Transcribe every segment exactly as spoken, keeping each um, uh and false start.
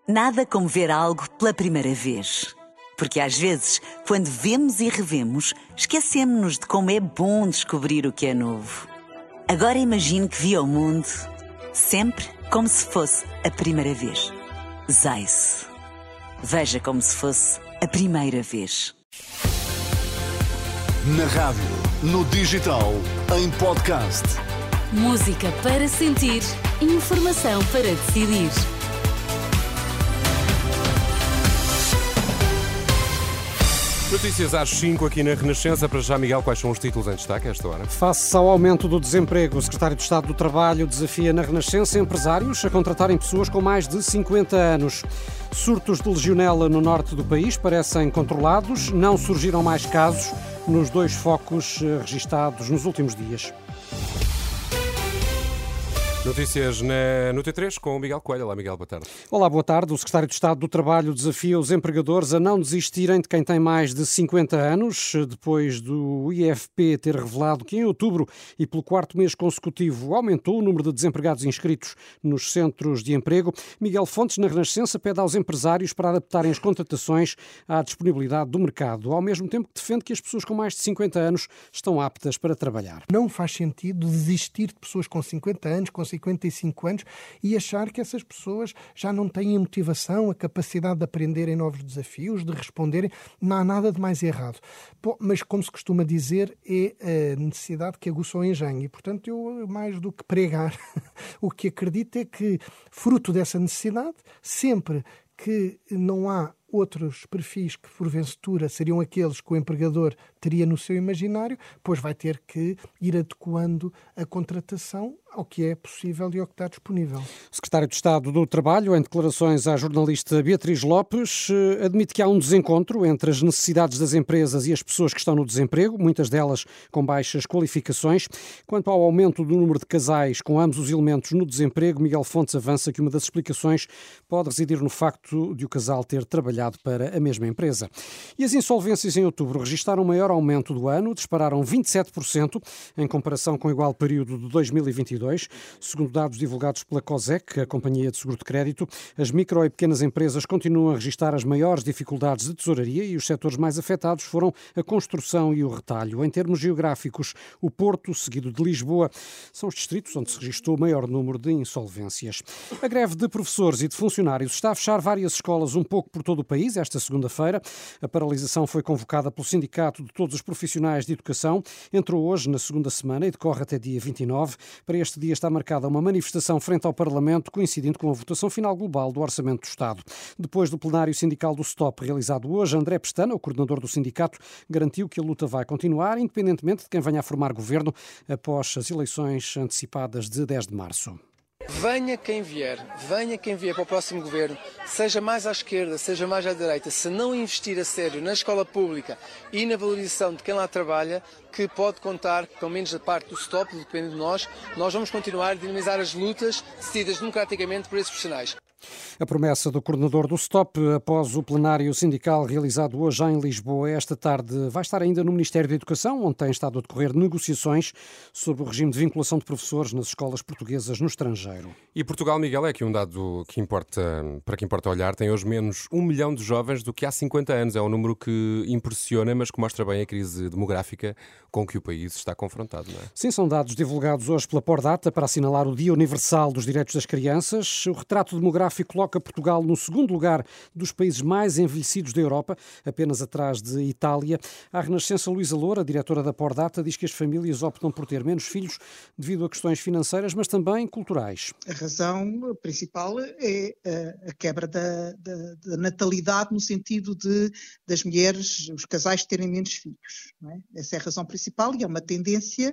Nada como ver algo pela primeira vez. Porque às vezes, quando vemos e revemos, esquecemos-nos de como é bom descobrir o que é novo. Agora imagine que viu o mundo sempre como se fosse a primeira vez. Zais. Veja como se fosse a primeira vez. Na rádio, no digital, em podcast. Música para sentir, informação para decidir. Notícias às cinco aqui na Renascença. Para já, Miguel, quais são os títulos em destaque a esta hora? Face ao aumento do desemprego, o secretário de Estado do Trabalho desafia na Renascença empresários a contratarem pessoas com mais de cinquenta anos. Surtos de legionela no norte do país parecem controlados. Não surgiram mais casos nos dois focos registados nos últimos dias. Notícias na, no T três com o Miguel Coelho. Olá, Miguel, boa tarde. Olá, boa tarde. O secretário de Estado do Trabalho desafia os empregadores a não desistirem de quem tem mais de cinquenta anos, depois do I F P ter revelado que em outubro e pelo quarto mês consecutivo aumentou o número de desempregados inscritos nos centros de emprego. Miguel Fontes, na Renascença, pede aos empresários para adaptarem as contratações à disponibilidade do mercado, ao mesmo tempo que defende que as pessoas com mais de cinquenta anos estão aptas para trabalhar. Não faz sentido desistir de pessoas com cinquenta anos, com cinquenta e cinco anos e achar que essas pessoas já não têm a motivação, a capacidade de aprenderem novos desafios, de responderem. Não há nada de mais errado. Bom, mas, como se costuma dizer, é a necessidade que aguça o engenho. E, portanto, eu, mais do que pregar, o que acredito é que, fruto dessa necessidade, sempre que não há outros perfis que, porventura, seriam aqueles que o empregador teria no seu imaginário, pois vai ter que ir adequando a contratação ao que é possível e ao que está disponível. O secretário de Estado do Trabalho, em declarações à jornalista Beatriz Lopes, admite que há um desencontro entre as necessidades das empresas e as pessoas que estão no desemprego, muitas delas com baixas qualificações. Quanto ao aumento do número de casais com ambos os elementos no desemprego, Miguel Fontes avança que uma das explicações pode residir no facto de o casal ter trabalhado para a mesma empresa. E as insolvências em outubro registaram o maior aumento do ano, dispararam vinte e sete por cento em comparação com o igual período de dois mil e vinte e dois. Segundo dados divulgados pela COSEC, a Companhia de Seguro de Crédito, as micro e pequenas empresas continuam a registrar as maiores dificuldades de tesouraria e os setores mais afetados foram a construção e o retalho. Em termos geográficos, o Porto, seguido de Lisboa, são os distritos onde se registrou o maior número de insolvências. A greve de professores e de funcionários está a fechar várias escolas um pouco por todo o país esta segunda-feira. A paralisação foi convocada pelo Sindicato de Todos os Profissionais de Educação. Entrou hoje na segunda semana e decorre até dia vinte e nove. Para este dia está marcada uma manifestação frente ao Parlamento, coincidindo com a votação final global do Orçamento do Estado. Depois do plenário sindical do STOP realizado hoje, André Pestana, o coordenador do sindicato, garantiu que a luta vai continuar, independentemente de quem venha a formar governo após as eleições antecipadas de dez de março. Venha quem vier, venha quem vier para o próximo governo, seja mais à esquerda, seja mais à direita, se não investir a sério na escola pública e na valorização de quem lá trabalha, que pode contar, pelo menos da parte do STOP, dependendo de nós, nós vamos continuar a dinamizar as lutas decididas democraticamente por esses profissionais. A promessa do coordenador do STOP após o plenário sindical realizado hoje em Lisboa esta tarde vai estar ainda no Ministério da Educação, onde têm estado a decorrer negociações sobre o regime de vinculação de professores nas escolas portuguesas no estrangeiro. E Portugal, Miguel, é aqui um dado que importa, para que importa olhar, tem hoje menos um milhão de jovens do que há cinquenta anos. É um número que impressiona, mas que mostra bem a crise demográfica com que o país está confrontado, não é? Sim, são dados divulgados hoje pela Pordata para assinalar o Dia Universal dos Direitos das Crianças. O retrato demográfico coloca Portugal no segundo lugar dos países mais envelhecidos da Europa, apenas atrás de Itália. A Renascença, Luísa Loura, diretora da Pordata, diz que as famílias optam por ter menos filhos devido a questões financeiras, mas também culturais. A razão principal é a quebra da, da, da natalidade, no sentido de das mulheres, os casais terem menos filhos, não é? Essa é a razão principal e é uma tendência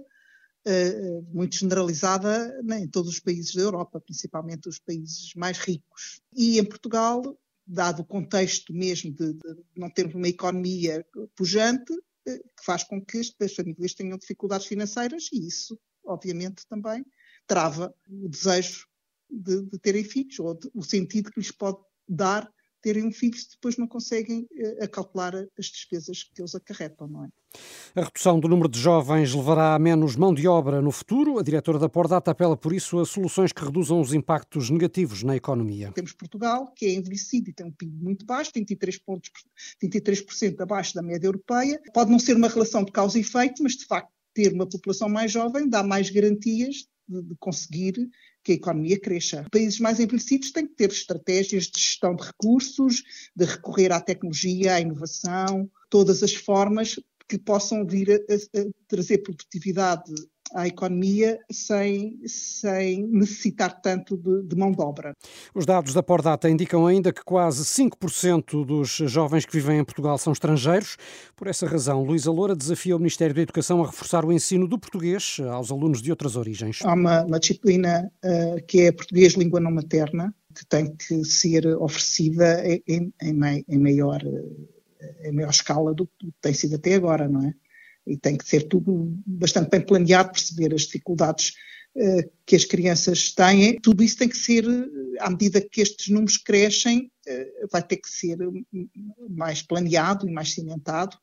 Uh, muito generalizada, né, em todos os países da Europa, principalmente os países mais ricos. E em Portugal, dado o contexto mesmo de, de não termos uma economia pujante, uh, que faz com que as famílias tenham dificuldades financeiras e isso, obviamente, também trava o desejo de, de terem filhos ou de, o sentido que lhes pode dar terem um filho se depois não conseguem uh, calcular as despesas que eles acarretam, não é? A redução do número de jovens levará a menos mão de obra no futuro. A diretora da Pordata apela, por isso, a soluções que reduzam os impactos negativos na economia. Temos Portugal, que é envelhecido e tem um P I B muito baixo, vinte e três pontos, vinte e três por cento abaixo da média europeia. Pode não ser uma relação de causa e efeito, mas, de facto, ter uma população mais jovem dá mais garantias de, de conseguir que a economia cresça. Países mais envelhecidos têm que ter estratégias de gestão de recursos, de recorrer à tecnologia, à inovação, todas as formas que possam vir a, a, a trazer produtividade à economia sem, sem necessitar tanto de, de mão de obra. Os dados da Pordata indicam ainda que quase cinco por cento dos jovens que vivem em Portugal são estrangeiros. Por essa razão, Luísa Loura desafia o Ministério da Educação a reforçar o ensino do português aos alunos de outras origens. Há uma, uma disciplina uh, que é português língua não materna, que tem que ser oferecida em, em, em maior... Uh, em maior escala do que tem sido até agora, não é? E tem que ser tudo bastante bem planeado, perceber as dificuldades uh, que as crianças têm. Tudo isso tem que ser, à medida que estes números crescem, uh, vai ter que ser mais planeado e mais cimentado.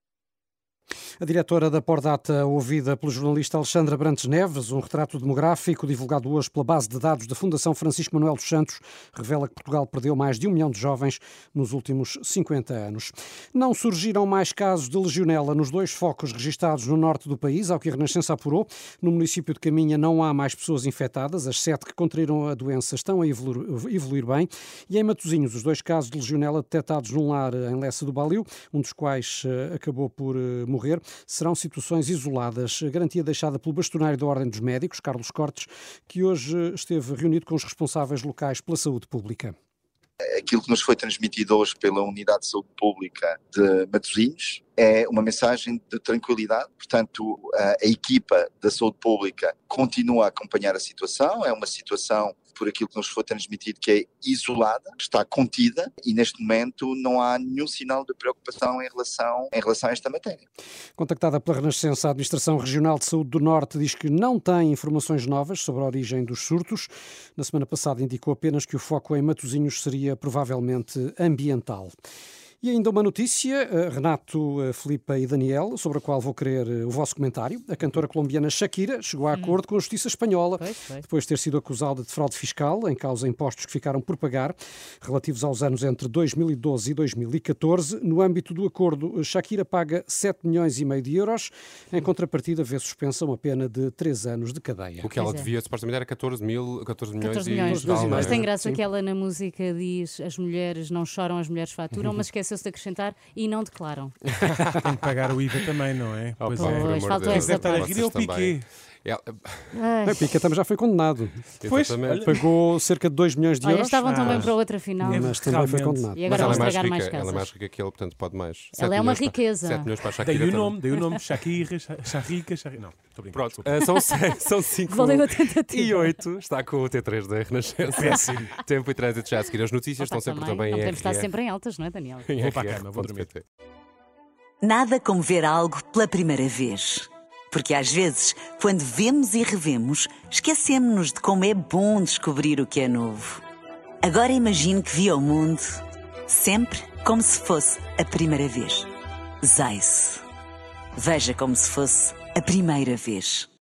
A diretora da Pordata, ouvida pelo jornalista Alexandre Abrantes Neves, um retrato demográfico divulgado hoje pela base de dados da Fundação Francisco Manuel dos Santos, revela que Portugal perdeu mais de um milhão de jovens nos últimos cinquenta anos. Não surgiram mais casos de legionela nos dois focos registados no norte do país, ao que a Renascença apurou. No município de Caminha não há mais pessoas infectadas, as sete que contraíram a doença estão a evoluir, evoluir bem. E em Matosinhos, os dois casos de legionela detectados num lar em Lessa do Baliu, um dos quais uh, acabou por uh, morrer, serão situações isoladas. Garantia deixada pelo bastonário da Ordem dos Médicos, Carlos Cortes, que hoje esteve reunido com os responsáveis locais pela saúde pública. Aquilo que nos foi transmitido hoje pela Unidade de Saúde Pública de Matosinhos é uma mensagem de tranquilidade. Portanto, a, a equipa da saúde pública continua a acompanhar a situação. É uma situação, por aquilo que nos foi transmitido, que é isolada, está contida e neste momento não há nenhum sinal de preocupação em relação, em relação a esta matéria. Contactada pela Renascença, a Administração Regional de Saúde do Norte diz que não tem informações novas sobre a origem dos surtos. Na semana passada indicou apenas que o foco em Matosinhos seria provavelmente ambiental. E ainda uma notícia, Renato, Filipe e Daniel, sobre a qual vou querer o vosso comentário. A cantora colombiana Shakira chegou a acordo com a justiça espanhola, pois, pois. depois de ter sido acusada de fraude fiscal, em causa impostos que ficaram por pagar, relativos aos anos entre dois mil e doze e dois mil e catorze. No âmbito do acordo, Shakira paga sete milhões e meio de euros, em contrapartida vê suspensa uma pena de três anos de cadeia. O que ela Pois é. devia, supostamente, era catorze milhões catorze e milhões. tal, não é? Mas tem graça Sim. que ela na música diz: as mulheres não choram, as mulheres faturam, mas esqueceu-se de acrescentar e não declaram. Tem que pagar o I V A também, não é? Oh, Pois pá, é. por amor Pois, de faltou Deus. essa Deve estar a parte. rir é o Vocês também. Piqué. É, Ai. O Piqué também já foi condenado. Pois, exatamente. olha, Pagou cerca de dois milhões de Olha, euros, estavam tão Ah. bem para outra final. É mas também foi realmente. condenado. E Mas agora ela vão é mais estragar rica, mais ela é mais casas. rica que ele, portanto pode mais. Ela é uma riqueza. sete milhões para a Shakira. Dei o também. nome, dei o nome, Shakira, Sharica, Sharica. Não, estou brincando. Pronto, desculpa. ah, são, seis, são cinco Valeu a tentativa. e oito. Está com o T três da Renascença. Péssimo. Tempo e trânsito já a seguir. As notícias Opa, estão sempre também, também não em podemos estar R R. sempre em altas, não é, Daniel? Em Vou para a R R cama, vou ponto dormir. P T. Nada como ver algo pela primeira vez. Porque às vezes, quando vemos e revemos, esquecemos-nos de como é bom descobrir o que é novo. Agora imagine que viu o mundo sempre como se fosse a primeira vez. Zais. Veja como se fosse a primeira vez.